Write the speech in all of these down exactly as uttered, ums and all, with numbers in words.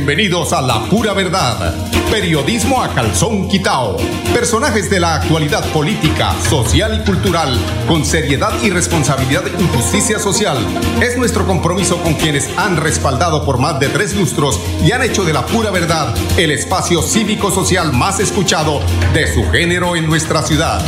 Bienvenidos a La Pura Verdad, periodismo a calzón quitao. Personajes de la actualidad política, social y cultural, con seriedad y responsabilidad y justicia social. Es nuestro compromiso con quienes han respaldado por más de tres lustros y han hecho de La Pura Verdad el espacio cívico-social más escuchado de su género en nuestra ciudad.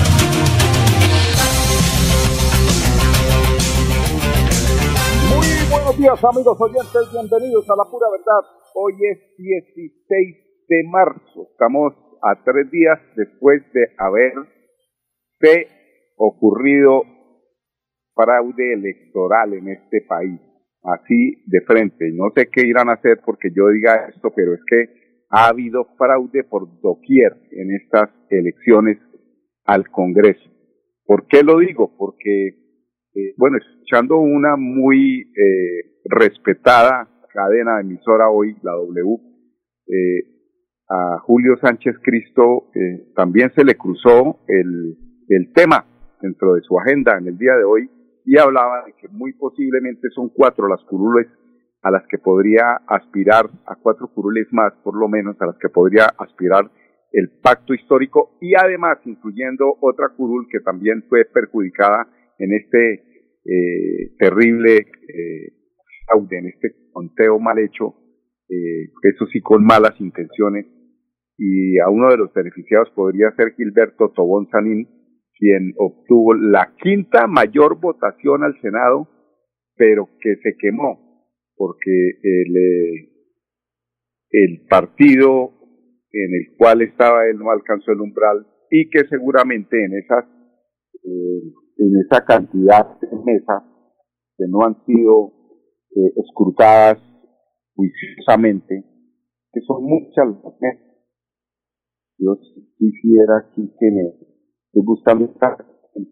Buenos días, amigos oyentes, bienvenidos a La Pura Verdad. Hoy es dieciséis de marzo, estamos a tres días después de haberse ocurrido fraude electoral en este país, así de frente. No sé qué irán a hacer porque yo diga esto, pero es que ha habido fraude por doquier en estas elecciones al Congreso. ¿Por qué lo digo? Porque Eh, bueno, escuchando una muy eh, respetada cadena de emisora hoy, la W, eh, a Julio Sánchez Cristo eh, también se le cruzó el, el tema dentro de su agenda en el día de hoy y hablaba de que muy posiblemente son cuatro las curules a las que podría aspirar, a cuatro curules más por lo menos, a las que podría aspirar el pacto histórico y además incluyendo otra curul que también fue perjudicada en este eh, terrible eh, fraude, en este conteo mal hecho, eh, eso sí con malas intenciones, y a uno de los beneficiados podría ser Gilberto Tobón Sanín, quien obtuvo la quinta mayor votación al Senado, pero que se quemó, porque el, eh, el partido en el cual estaba él no alcanzó el umbral, y que seguramente en esas eh, en esa cantidad de mesas que no han sido eh, escrutadas juiciosamente, que son muchas las mesas. Yo quisiera aquí que me, me gusta estar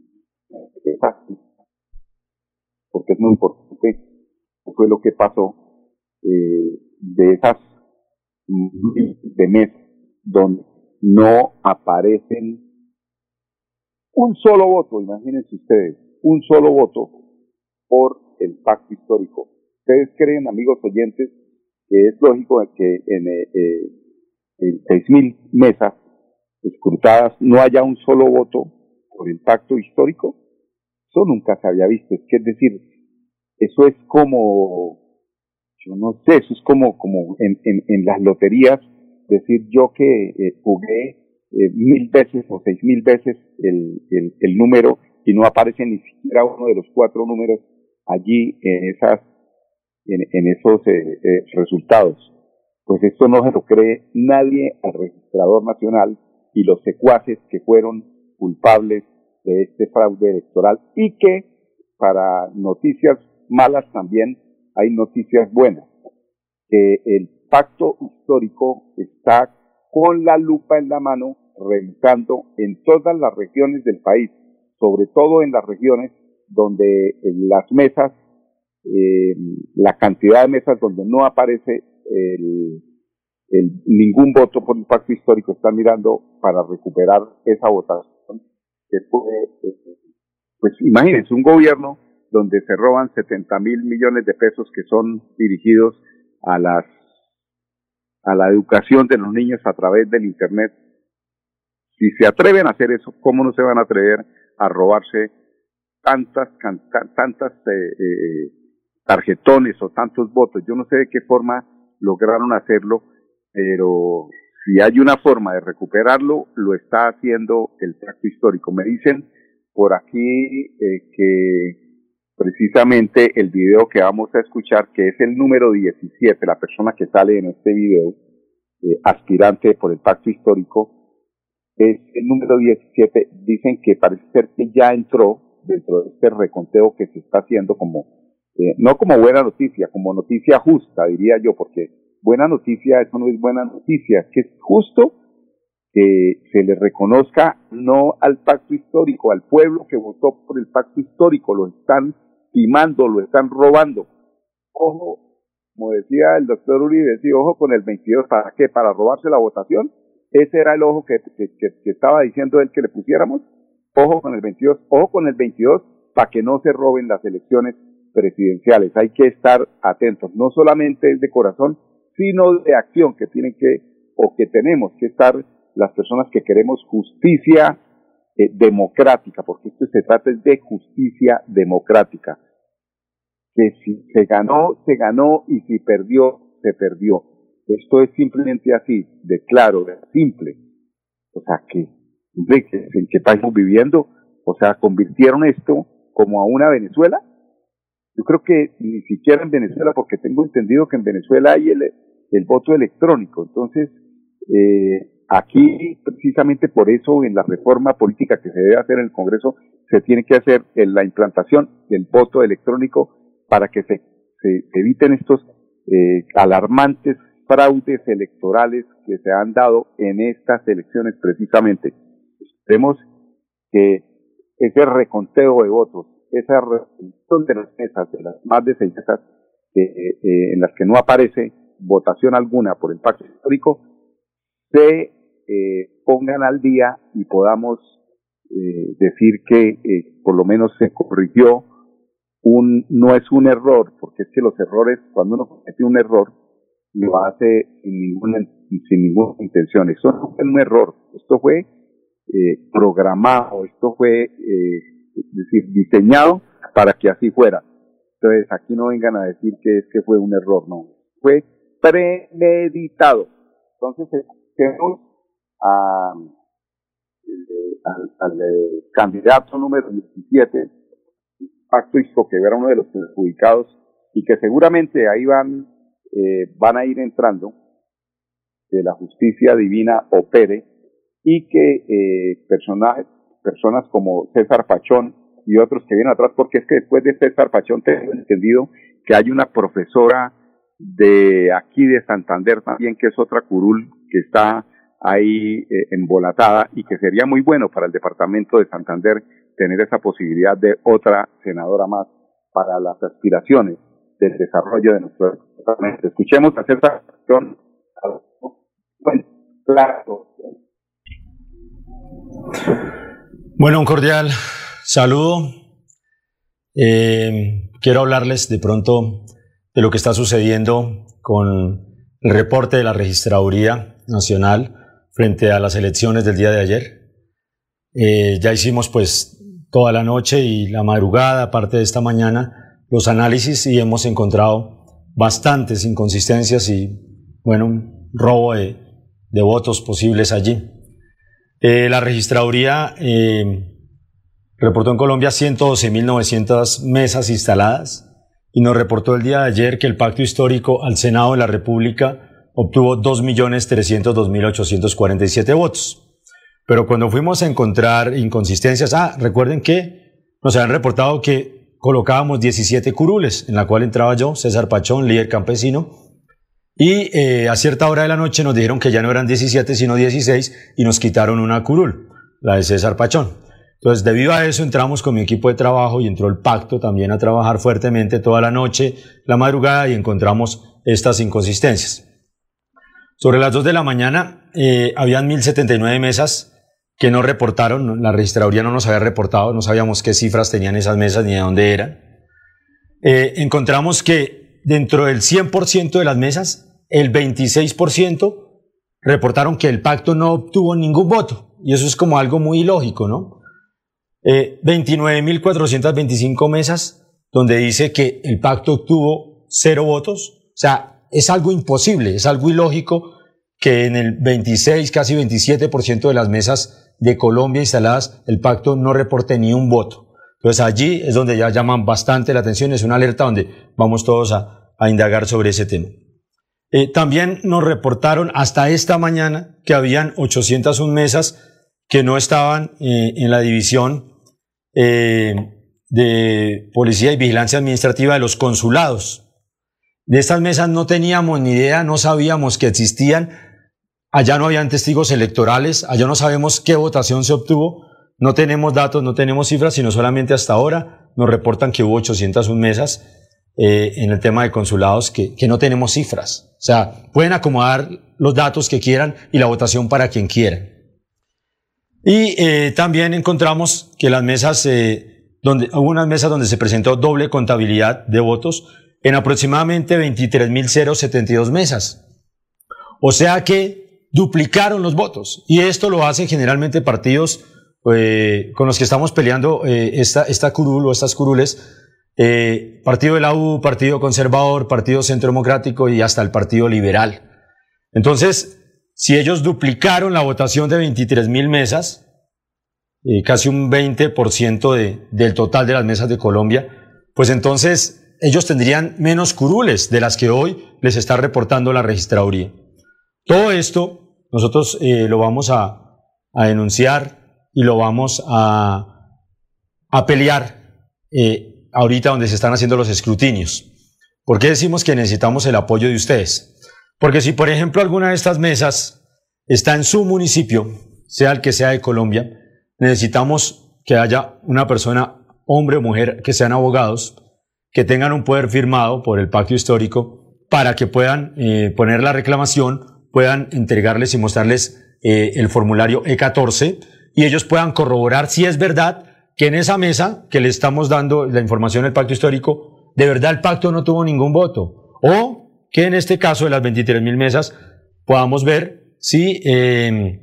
porque es muy importante qué fue lo que pasó eh, de esas de mesas donde no aparecen un solo voto, imagínense ustedes, un solo voto por el pacto histórico. ¿Ustedes creen, amigos oyentes, que es lógico que en, eh, en seis mil mesas escrutadas no haya un solo voto por el pacto histórico? Eso nunca se había visto. Es que es decir, eso es como, yo no sé, eso es como, como en, en, en las loterías, decir yo que eh, jugué Eh, mil veces o seis mil veces el, el, el número y no aparece ni siquiera uno de los cuatro números allí en esas en, en esos eh, eh, resultados. Pues esto no se lo cree nadie al registrador nacional y los secuaces que fueron culpables de este fraude electoral, y que para noticias malas también hay noticias buenas, que el pacto histórico está con la lupa en la mano, revisando en todas las regiones del país, sobre todo en las regiones donde las mesas, eh, la cantidad de mesas donde no aparece el, el, ningún voto por el pacto histórico, están mirando para recuperar esa votación. Que puede, eh, pues imagínense, un gobierno donde se roban setenta mil millones de pesos que son dirigidos a las a la educación de los niños a través del Internet. Si se atreven a hacer eso, ¿cómo no se van a atrever a robarse tantas canta, tantas eh, eh, tarjetones o tantos votos? Yo no sé de qué forma lograron hacerlo, pero si hay una forma de recuperarlo, lo está haciendo el pacto histórico. Me dicen por aquí eh, que precisamente el video que vamos a escuchar, que es el número diecisiete, la persona que sale en este video, eh, aspirante por el pacto histórico, es el número diecisiete, dicen que parece ser que ya entró dentro de este reconteo que se está haciendo como, eh, no como buena noticia, como noticia justa, diría yo, porque buena noticia, eso no es buena noticia, que es justo que se le reconozca no al pacto histórico, al pueblo que votó por el pacto histórico, lo están timando, lo están robando. Ojo, como decía el doctor Uribe, decía, ojo con el veintidós, ¿para qué? ¿Para robarse la votación? Ese era el ojo que, que, que, que estaba diciendo él que le pusiéramos. Ojo con el veintidós, ojo con el veintidós, para que no se roben las elecciones presidenciales. Hay que estar atentos, no solamente es de corazón, sino de acción que tienen que, o que tenemos que estar las personas que queremos justicia eh, democrática, porque esto se trata de justicia democrática. Que si se ganó, se ganó, y si perdió, se perdió. Esto es simplemente así, de claro, de simple. O sea, que, ¿en qué país estamos viviendo? O sea, convirtieron esto como a una Venezuela. Yo creo que ni siquiera en Venezuela, porque tengo entendido que en Venezuela hay el, el voto electrónico. Entonces, eh, aquí, precisamente por eso, en la reforma política que se debe hacer en el Congreso, se tiene que hacer en la implantación del voto electrónico para que se, se eviten estos eh, alarmantes fraudes electorales que se han dado en estas elecciones precisamente. Esperemos que ese reconteo de votos, esa reducción de las mesas, de las más de seis mesas eh, eh, en las que no aparece votación alguna por el pacto histórico, se eh, pongan al día y podamos eh, decir que eh, por lo menos se corrigió un, no es un error, porque es que los errores, cuando uno comete un error, lo hace sin ninguna, sin ninguna intención. Esto no fue un error, esto fue eh, programado, esto fue, eh, es decir, diseñado para que así fuera. Entonces, aquí no vengan a decir que es que fue un error, no, fue premeditado. Entonces, tenemos a, eh, al, al eh, candidato número diecisiete, Pacto Histórico, que era uno de los perjudicados, y que seguramente ahí van Eh, van a ir entrando, que la justicia divina opere, y que eh, personas, personas como César Pachón y otros que vienen atrás, porque es que después de César Pachón tengo entendido que hay una profesora de aquí de Santander también, que es otra curul, que está ahí eh, embolatada, y que sería muy bueno para el departamento de Santander tener esa posibilidad de otra senadora más para las aspiraciones del desarrollo de nuestro departamento. Escuchemos a César Pachón. Bueno, claro. Bueno, un cordial saludo. Eh, quiero hablarles de pronto de lo que está sucediendo con el reporte de la Registraduría Nacional frente a las elecciones del día de ayer. Eh, ya hicimos pues toda la noche y la madrugada, parte de esta mañana, los análisis, y hemos encontrado bastantes inconsistencias y, bueno, un robo de, de votos posibles allí. Eh, la registraduría eh, reportó en Colombia ciento doce mil novecientas mesas instaladas, y nos reportó el día de ayer que el pacto histórico al Senado de la República obtuvo dos millones trescientos dos mil ochocientos cuarenta y siete votos. Pero cuando fuimos a encontrar inconsistencias, ah, recuerden que nos habían reportado que colocábamos diecisiete curules, en la cual entraba yo, César Pachón, líder campesino, y eh, a cierta hora de la noche nos dijeron que ya no eran diecisiete, sino dieciséis, y nos quitaron una curul, la de César Pachón. Entonces, debido a eso, entramos con mi equipo de trabajo y entró el pacto también a trabajar fuertemente toda la noche, la madrugada, y encontramos estas inconsistencias. Sobre las dos de la mañana, eh, habían mil setenta y nueve mesas que no reportaron, la registraduría no nos había reportado, no sabíamos qué cifras tenían esas mesas ni de dónde eran. Eh, encontramos que dentro del cien por ciento de las mesas, el veintiséis por ciento reportaron que el pacto no obtuvo ningún voto, y eso es como algo muy ilógico, ¿no? Eh, veintinueve mil cuatrocientas veinticinco mesas donde dice que el pacto obtuvo cero votos, o sea, es algo imposible, es algo ilógico que en el veintiséis, casi veintisiete por ciento de las mesas de Colombia instaladas, el pacto no reporte ni un voto. Entonces allí es donde ya llaman bastante la atención, es una alerta donde vamos todos a, a indagar sobre ese tema. Eh, también nos reportaron hasta esta mañana que habían ochocientas una mesas que no estaban eh, en la división eh, de Policía y Vigilancia Administrativa de los consulados. De estas mesas no teníamos ni idea, no sabíamos que existían. Allá no habían testigos electorales, allá no sabemos qué votación se obtuvo, no tenemos datos, no tenemos cifras, sino solamente hasta ahora nos reportan que hubo ochocientas una mesas eh, en el tema de consulados que, que no tenemos cifras. O sea, pueden acomodar los datos que quieran y la votación para quien quiera. Y eh, también encontramos que las mesas, eh, donde, hubo unas mesas donde se presentó doble contabilidad de votos en aproximadamente veintitrés mil setenta y dos mesas. O sea que duplicaron los votos. Y esto lo hacen generalmente partidos eh, con los que estamos peleando eh, esta, esta curul o estas curules. Eh, partido de la U, Partido Conservador, Partido Centro Democrático y hasta el Partido Liberal. Entonces, si ellos duplicaron la votación de veintitrés mil mesas, eh, casi un veinte por ciento de, del total de las mesas de Colombia, pues entonces ellos tendrían menos curules de las que hoy les está reportando la registraduría. Todo esto nosotros eh, lo vamos a, a denunciar y lo vamos a, a pelear eh, ahorita donde se están haciendo los escrutinios. ¿Por qué decimos que necesitamos el apoyo de ustedes? Porque si, por ejemplo, alguna de estas mesas está en su municipio, sea el que sea de Colombia, necesitamos que haya una persona, hombre o mujer, que sean abogados, que tengan un poder firmado por el pacto histórico para que puedan eh, poner la reclamación, puedan entregarles y mostrarles eh, el formulario E catorce y ellos puedan corroborar si es verdad que en esa mesa que le estamos dando la información del pacto histórico, de verdad el pacto no tuvo ningún voto. O que en este caso de las veintitrés mil mesas podamos ver si eh,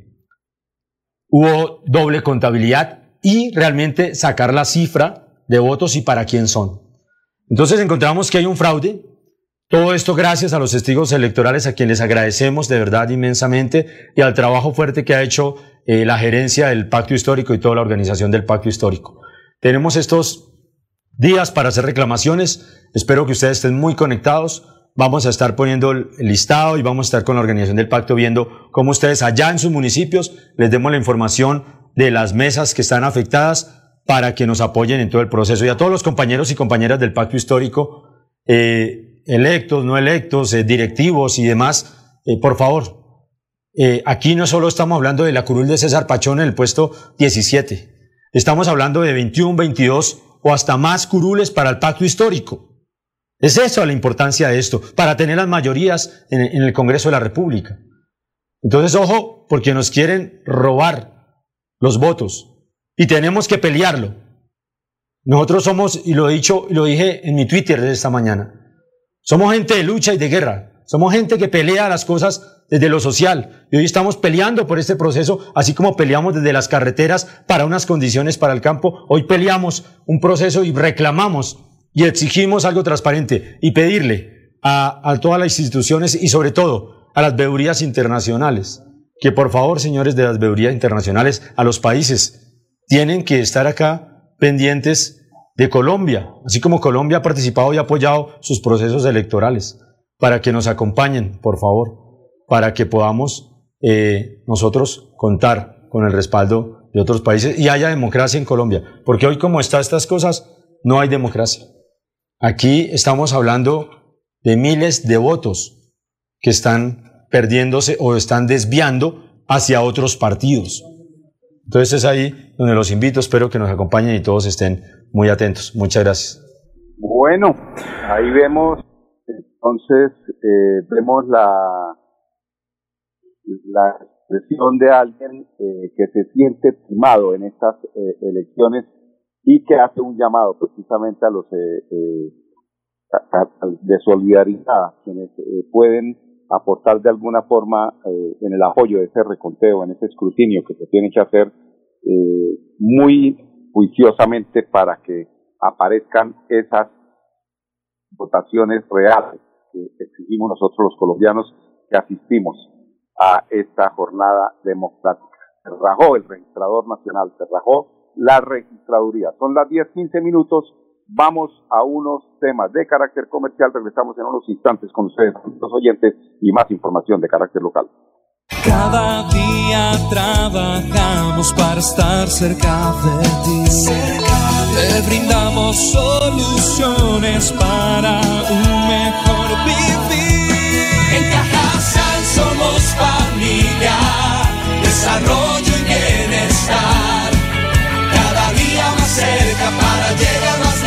hubo doble contabilidad y realmente sacar la cifra de votos y para quién son. Entonces encontramos que hay un fraude. Todo esto gracias a los testigos electorales a quienes les agradecemos de verdad inmensamente y al trabajo fuerte que ha hecho eh, la gerencia del Pacto Histórico y toda la organización del Pacto Histórico. Tenemos estos días para hacer reclamaciones. Espero que ustedes estén muy conectados. Vamos a estar poniendo el listado y vamos a estar con la organización del Pacto viendo cómo ustedes allá en sus municipios les demos la información de las mesas que están afectadas para que nos apoyen en todo el proceso. Y a todos los compañeros y compañeras del Pacto Histórico, eh, electos, no electos, eh, directivos y demás, eh, por favor, eh, aquí no solo estamos hablando de la curul de César Pachón en el puesto diecisiete, estamos hablando de veintiuno, veintidós o hasta más curules para el Pacto Histórico. Es eso la importancia de esto, para tener las mayorías en, en el Congreso de la República. Entonces, ojo, porque nos quieren robar los votos y tenemos que pelearlo. Nosotros somos, y lo he dicho, y lo dije en mi Twitter de esta mañana, somos gente de lucha y de guerra. Somos gente que pelea las cosas desde lo social. Y hoy estamos peleando por este proceso, así como peleamos desde las carreteras para unas condiciones para el campo. Hoy peleamos un proceso y reclamamos y exigimos algo transparente y pedirle a, a todas las instituciones y sobre todo a las veedurías internacionales, que por favor, señores de las veedurías internacionales, a los países, tienen que estar acá pendientes de Colombia, así como Colombia ha participado y apoyado sus procesos electorales, para que nos acompañen, por favor, para que podamos eh, nosotros contar con el respaldo de otros países y haya democracia en Colombia, porque hoy como están estas cosas, no hay democracia. Aquí estamos hablando de miles de votos que están perdiéndose o están desviando hacia otros partidos. Entonces es ahí donde los invito, espero que nos acompañen y todos estén muy atentos. Muchas gracias. Bueno, ahí vemos, entonces, eh, vemos la, la expresión de alguien eh, que se siente timado en estas eh, elecciones y que hace un llamado precisamente a los eh, eh, a, a, de solidaridad, a quienes eh, pueden aportar de alguna forma eh, en el apoyo de ese reconteo, en ese escrutinio que se tiene que hacer eh, muy juiciosamente para que aparezcan esas votaciones reales que exigimos nosotros los colombianos que asistimos a esta jornada democrática. Se rajó el registrador nacional, se rajó la registraduría. Son las diez quince minutos. Vamos a unos temas de carácter comercial. Regresamos en unos instantes con ustedes, los oyentes, y más información de carácter local. Cada día trabajamos para estar cerca de ti. Te brindamos soluciones para un mejor vivir. En Cajasal somos familia, desarrollo y bienestar. Cada día más cerca para llegar más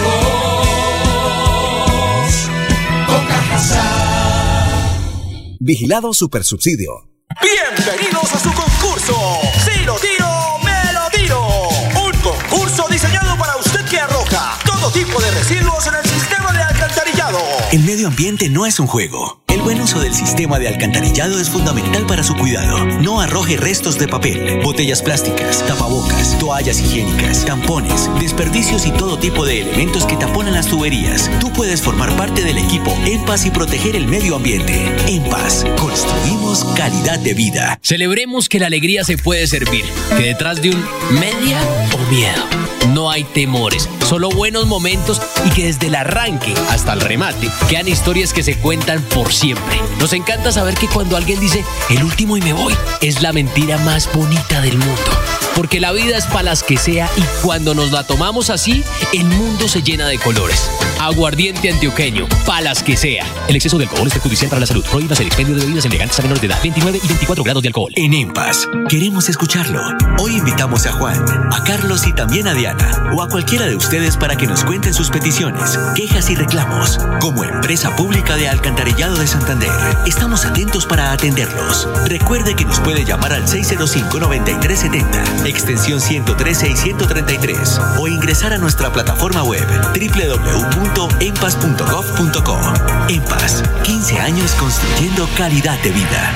lejos. Con Cajasal. Vigilado Supersubsidio. Bienvenidos a su concurso. Si lo tiro, me lo tiro. Un concurso diseñado para usted que arroja todo tipo de residuos en el sistema de alcantarillado. El medio ambiente no es un juego. El El buen uso del sistema de alcantarillado es fundamental para su cuidado. No arroje restos de papel, botellas plásticas, tapabocas, toallas higiénicas, tampones, desperdicios y todo tipo de elementos que taponan las tuberías. Tú puedes formar parte del equipo En Paz y proteger el medio ambiente. En Paz, construimos calidad de vida. Celebremos que la alegría se puede servir, que detrás de un media o miedo no hay temores, solo buenos momentos y que desde el arranque hasta el remate quedan historias que se cuentan por siempre. Nos encanta saber que cuando alguien dice el último y me voy, es la mentira más bonita del mundo. Porque la vida es para las que sea y cuando nos la tomamos así, el mundo se llena de colores. Aguardiente antioqueño, para las que sea. El exceso de alcohol es perjudicial para la salud. Prohíbas el expendio de bebidas elegantes a menores de edad. veintinueve y veinticuatro grados de alcohol. En En Paz, queremos escucharlo. Hoy invitamos a Juan, a Carlos y también a Diana, o a cualquiera de ustedes para que nos cuenten sus peticiones, quejas y reclamos. Como empresa pública de Alcantarillado de Santander, estamos atentos para atenderlos. Recuerde que nos puede llamar al seis cero cinco, noventa y tres setenta, extensión ciento trece y ciento treinta y tres, o ingresar a nuestra plataforma web doble u doble u doble u punto en paz punto gov punto co. En Paz, quince años construyendo calidad de vida.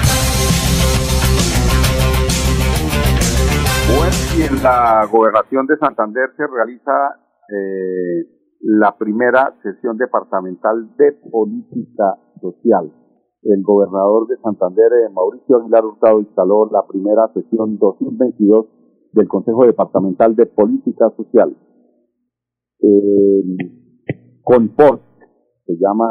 Bueno, y en la Gobernación de Santander se realiza eh, la primera sesión departamental de política social. El gobernador de Santander, eh, Mauricio Aguilar Hurtado, instaló la primera sesión dos mil veintidós del Consejo Departamental de Política Social. Eh, CONPOS se llama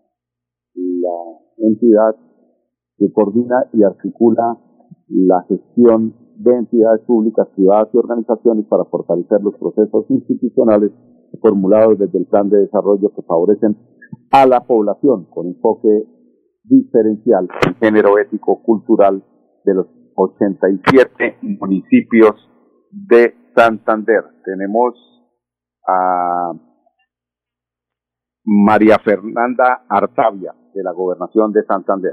la entidad que coordina y articula la gestión de entidades públicas, privadas y organizaciones para fortalecer los procesos institucionales formulados desde el plan de desarrollo que favorecen a la población con enfoque diferencial en género ético cultural de los ochenta y siete municipios de Santander. Tenemos a María Fernanda Artavia, de la Gobernación de Santander.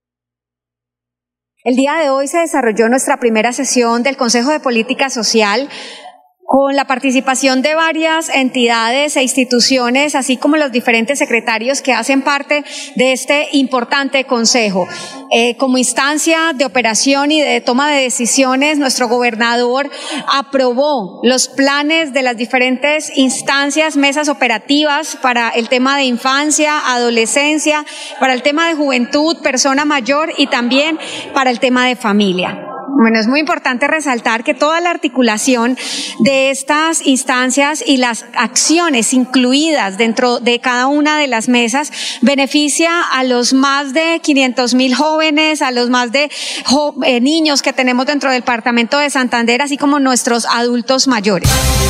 El día de hoy se desarrolló nuestra primera sesión del Consejo de Política Social con la participación de varias entidades e instituciones, así como los diferentes secretarios que hacen parte de este importante consejo. Eh, como instancia de operación y de toma de decisiones, nuestro gobernador aprobó los planes de las diferentes instancias, mesas operativas para el tema de infancia, adolescencia, para el tema de juventud, persona mayor y también para el tema de familia. Bueno, es muy importante resaltar que toda la articulación de estas instancias y las acciones incluidas dentro de cada una de las mesas beneficia a los más de quinientos mil jóvenes, a los más de jo- eh, niños que tenemos dentro del departamento de Santander, así como nuestros adultos mayores.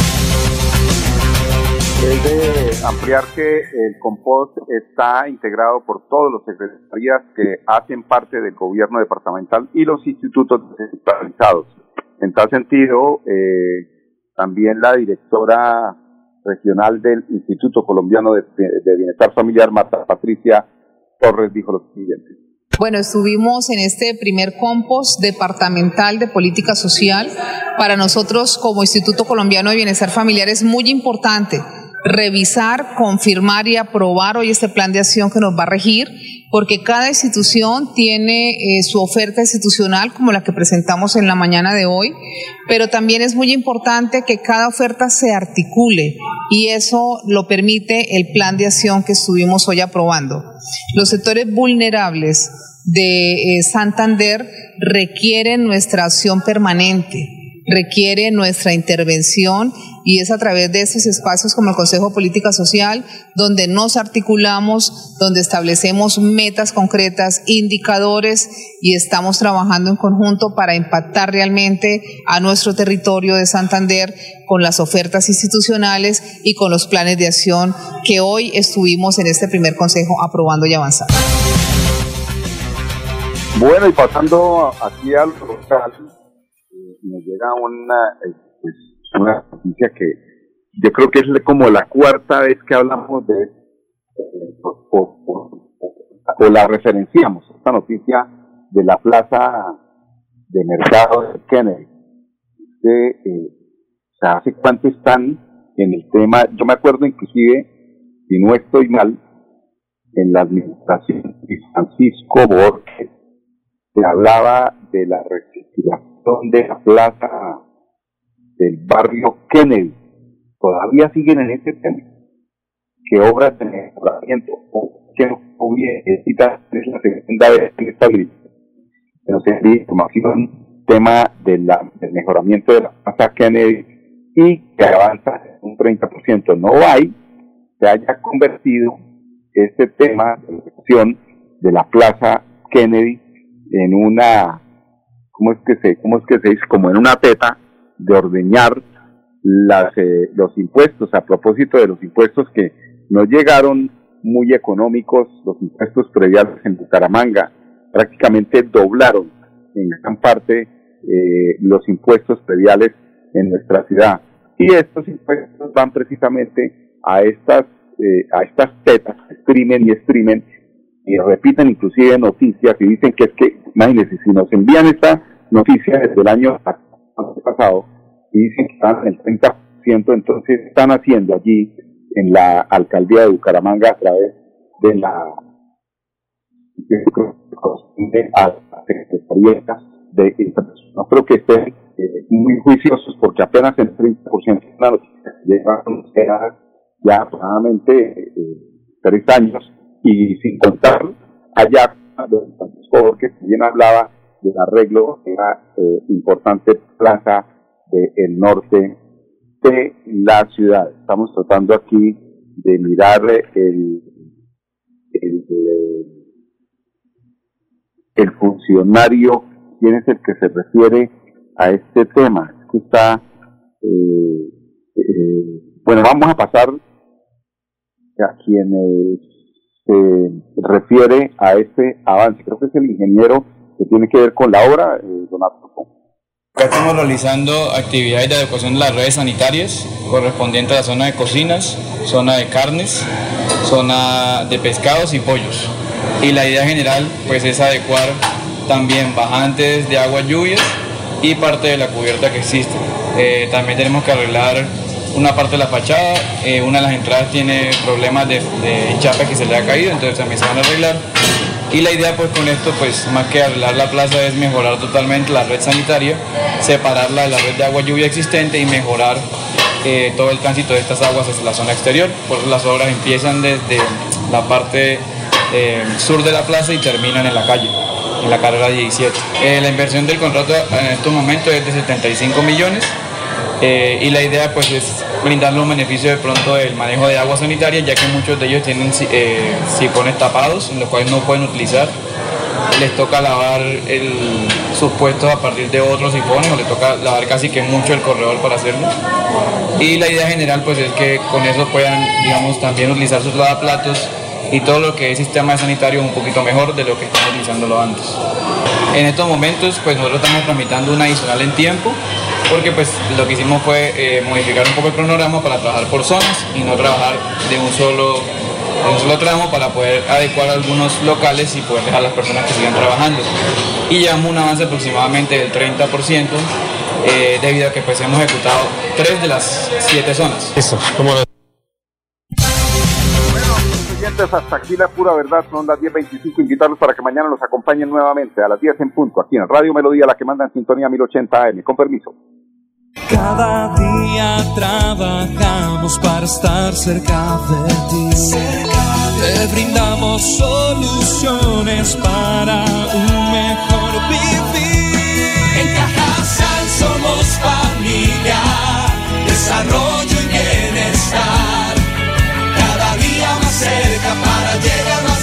Es de ampliar que el CONPOS está integrado por todos los secretarías que hacen parte del gobierno departamental y los institutos descentralizados. En tal sentido, eh, también la directora regional del Instituto Colombiano de, de Bienestar Familiar, Marta Patricia Torres, dijo lo siguiente. Bueno, estuvimos en este primer compos departamental de política social. Para nosotros, como Instituto Colombiano de Bienestar Familiar, es muy importante revisar, confirmar y aprobar hoy este plan de acción que nos va a regir, porque cada institución tiene eh, su oferta institucional, como la que presentamos en la mañana de hoy, pero también es muy importante que cada oferta se articule, y eso lo permite el plan de acción que estuvimos hoy aprobando. Los sectores vulnerables de eh, Santander requieren nuestra acción permanente, requiere nuestra intervención, y es a través de estos espacios como el Consejo de Política Social donde nos articulamos, donde establecemos metas concretas, indicadores, y estamos trabajando en conjunto para impactar realmente a nuestro territorio de Santander con las ofertas institucionales y con los planes de acción que hoy estuvimos en este primer consejo aprobando y avanzando. Bueno, y pasando aquí al local, nos llega una, pues, una noticia que yo creo que es como la cuarta vez que hablamos de eh, o, o, o, o la referenciamos, esta noticia de la plaza de mercado de Kennedy. De, eh, o sea, ¿hace cuánto están en el tema? Yo me acuerdo inclusive, si no estoy mal, en la administración de Francisco Borges se hablaba de la reestructuración de la plaza del barrio Kennedy. Todavía siguen en ese tema. ¿Qué obras de mejoramiento? ¿Qué no hubiera? Esta es la segunda vez en esta administración. No sé, información, tema de la, del mejoramiento de la plaza Kennedy y que avanza un treinta por ciento. No hay, se haya convertido este tema de la sección de la plaza Kennedy en una, ¿cómo es que se, cómo es que se dice? Como en una teta de ordeñar las, eh, los impuestos, a propósito de los impuestos que no llegaron muy económicos, los impuestos prediales en Bucaramanga, prácticamente doblaron en gran parte eh, los impuestos prediales en nuestra ciudad. Y estos impuestos van precisamente a estas eh, a estas tetas, streamen y streamen, y repiten inclusive noticias y dicen que es que, imagínense, si nos envían esta noticia desde el año pasado y dicen que están en el treinta por ciento, entonces están haciendo allí en la alcaldía de Bucaramanga a través de la de a la secretaría de esta persona. No creo que estén eh, muy juiciosos porque apenas el treinta por ciento de la noticia lleva ya aproximadamente eh, tres años y sin contar allá porque también hablaba del arreglo de la eh, importante plaza del norte de la ciudad. Estamos tratando aquí de mirar el el, el funcionario, quién es el que se refiere a este tema. Es que está eh, eh, bueno, vamos a pasar a quien eh, se refiere a este avance. Creo que es el ingeniero que tiene que ver con la obra, eh, Donato. Acá estamos realizando actividades de adecuación de las redes sanitarias correspondientes a la zona de cocinas, zona de carnes, zona de pescados y pollos. Y la idea general pues es adecuar también bajantes de agua, lluvias y parte de la cubierta que existe. Eh, también tenemos que arreglar una parte de la fachada, eh, una de las entradas tiene problemas de, de hinchape que se le ha caído, entonces también se van a arreglar. Y la idea pues con esto, pues más que arreglar la plaza, es mejorar totalmente la red sanitaria, separarla de la red de agua lluvia existente y mejorar eh, todo el tránsito de estas aguas hacia la zona exterior. Por eso las obras empiezan desde la parte eh, sur de la plaza y terminan en la calle, en la carrera diecisiete. Eh, la inversión del contrato en estos momentos es de setenta y cinco millones. Eh, y la idea pues es brindarle un beneficio de pronto del manejo de agua sanitaria, ya que muchos de ellos tienen eh, sifones tapados en los cuales no pueden utilizar. Les toca lavar el, sus puestos a partir de otros sifones, o les toca lavar casi que mucho el corredor para hacerlo. Y la idea general pues es que con eso puedan, digamos, también utilizar sus lavaplatos y todo lo que es sistema sanitario un poquito mejor de lo que están utilizándolo antes. En estos momentos pues nosotros estamos tramitando una adicional en tiempo, porque pues lo que hicimos fue eh, modificar un poco el cronograma para trabajar por zonas y no trabajar de un solo de un solo tramo, para poder adecuar algunos locales y poder dejar a las personas que sigan trabajando. Y llevamos un avance aproximadamente del treinta por ciento eh, debido a que pues hemos ejecutado tres de las siete zonas. Eso, ¿cómo lo... Hasta aquí la pura verdad, son las diez veinticinco, invitarlos para que mañana nos acompañen nuevamente a las diez en punto, aquí en Radio Melodía, la que manda en sintonía mil ochenta A M, con permiso. Cada día trabajamos para estar cerca de ti, te brindamos soluciones para un mejor vivir. En Cajasal somos familia, desarrollo y bienestar, cada día más cerca para llegar más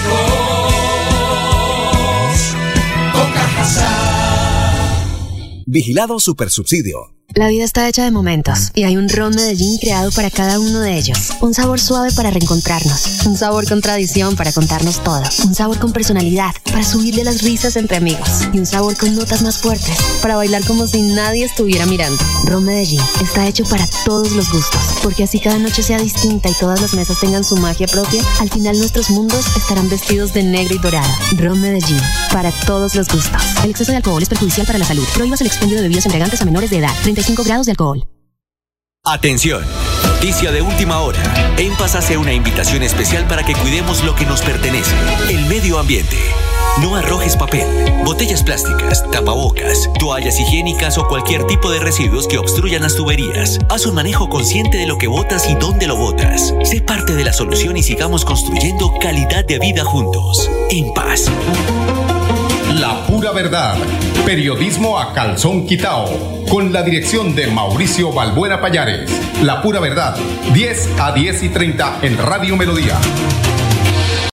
lejos. Con Cajasal. Vigilado Supersubsidio. La vida está hecha de momentos y hay un ron Medellín creado para cada uno de ellos. Un sabor suave para reencontrarnos, un sabor con tradición para contarnos todo, un sabor con personalidad para subirle las risas entre amigos y un sabor con notas más fuertes para bailar como si nadie estuviera mirando. Ron Medellín está hecho para todos los gustos, porque así cada noche sea distinta y todas las mesas tengan su magia propia. Al final nuestros mundos estarán vestidos de negro y dorado. Ron Medellín, para todos los gustos. El exceso de alcohol es perjudicial para la salud. Prohíbas el expendio de bebidas embriagantes a menores de edad. treinta y cinco grados de alcohol. Atención, noticia de última hora. En Paz hace una invitación especial para que cuidemos lo que nos pertenece, el medio ambiente. No arrojes papel, botellas plásticas, tapabocas, toallas higiénicas o cualquier tipo de residuos que obstruyan las tuberías. Haz un manejo consciente de lo que botas y dónde lo botas. Sé parte de la solución y sigamos construyendo calidad de vida juntos. En Paz. La pura verdad. Periodismo a calzón quitao. Con la dirección de Mauricio Balbuena Payares. La pura verdad. diez a diez y treinta en Radio Melodía.